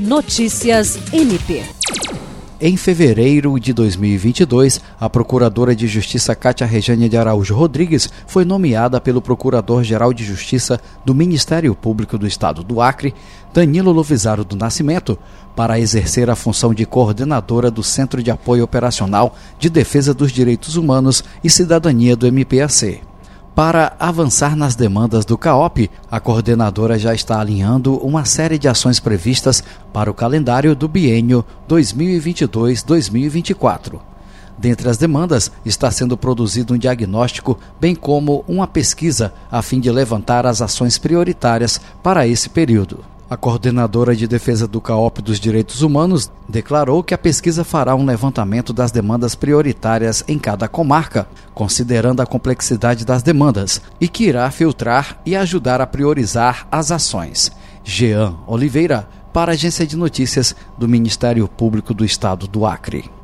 Notícias MP. Em fevereiro de 2022, a Procuradora de Justiça Cátia Rejane de Araújo Rodrigues foi nomeada pelo Procurador-Geral de Justiça do Ministério Público do Estado do Acre, Danilo Lovisaro do Nascimento, para exercer a função de coordenadora do Centro de Apoio Operacional de Defesa dos Direitos Humanos e Cidadania do MPAC. Para avançar nas demandas do CAOP, a coordenadora já está alinhando uma série de ações previstas para o calendário do biênio 2022-2024. Dentre as demandas, está sendo produzido um diagnóstico, bem como uma pesquisa, a fim de levantar as ações prioritárias para esse período. A coordenadora de defesa do CAOP dos Direitos Humanos declarou que a pesquisa fará um levantamento das demandas prioritárias em cada comarca, considerando a complexidade das demandas, e que irá filtrar e ajudar a priorizar as ações. Jean Oliveira, para a Agência de Notícias do Ministério Público do Estado do Acre.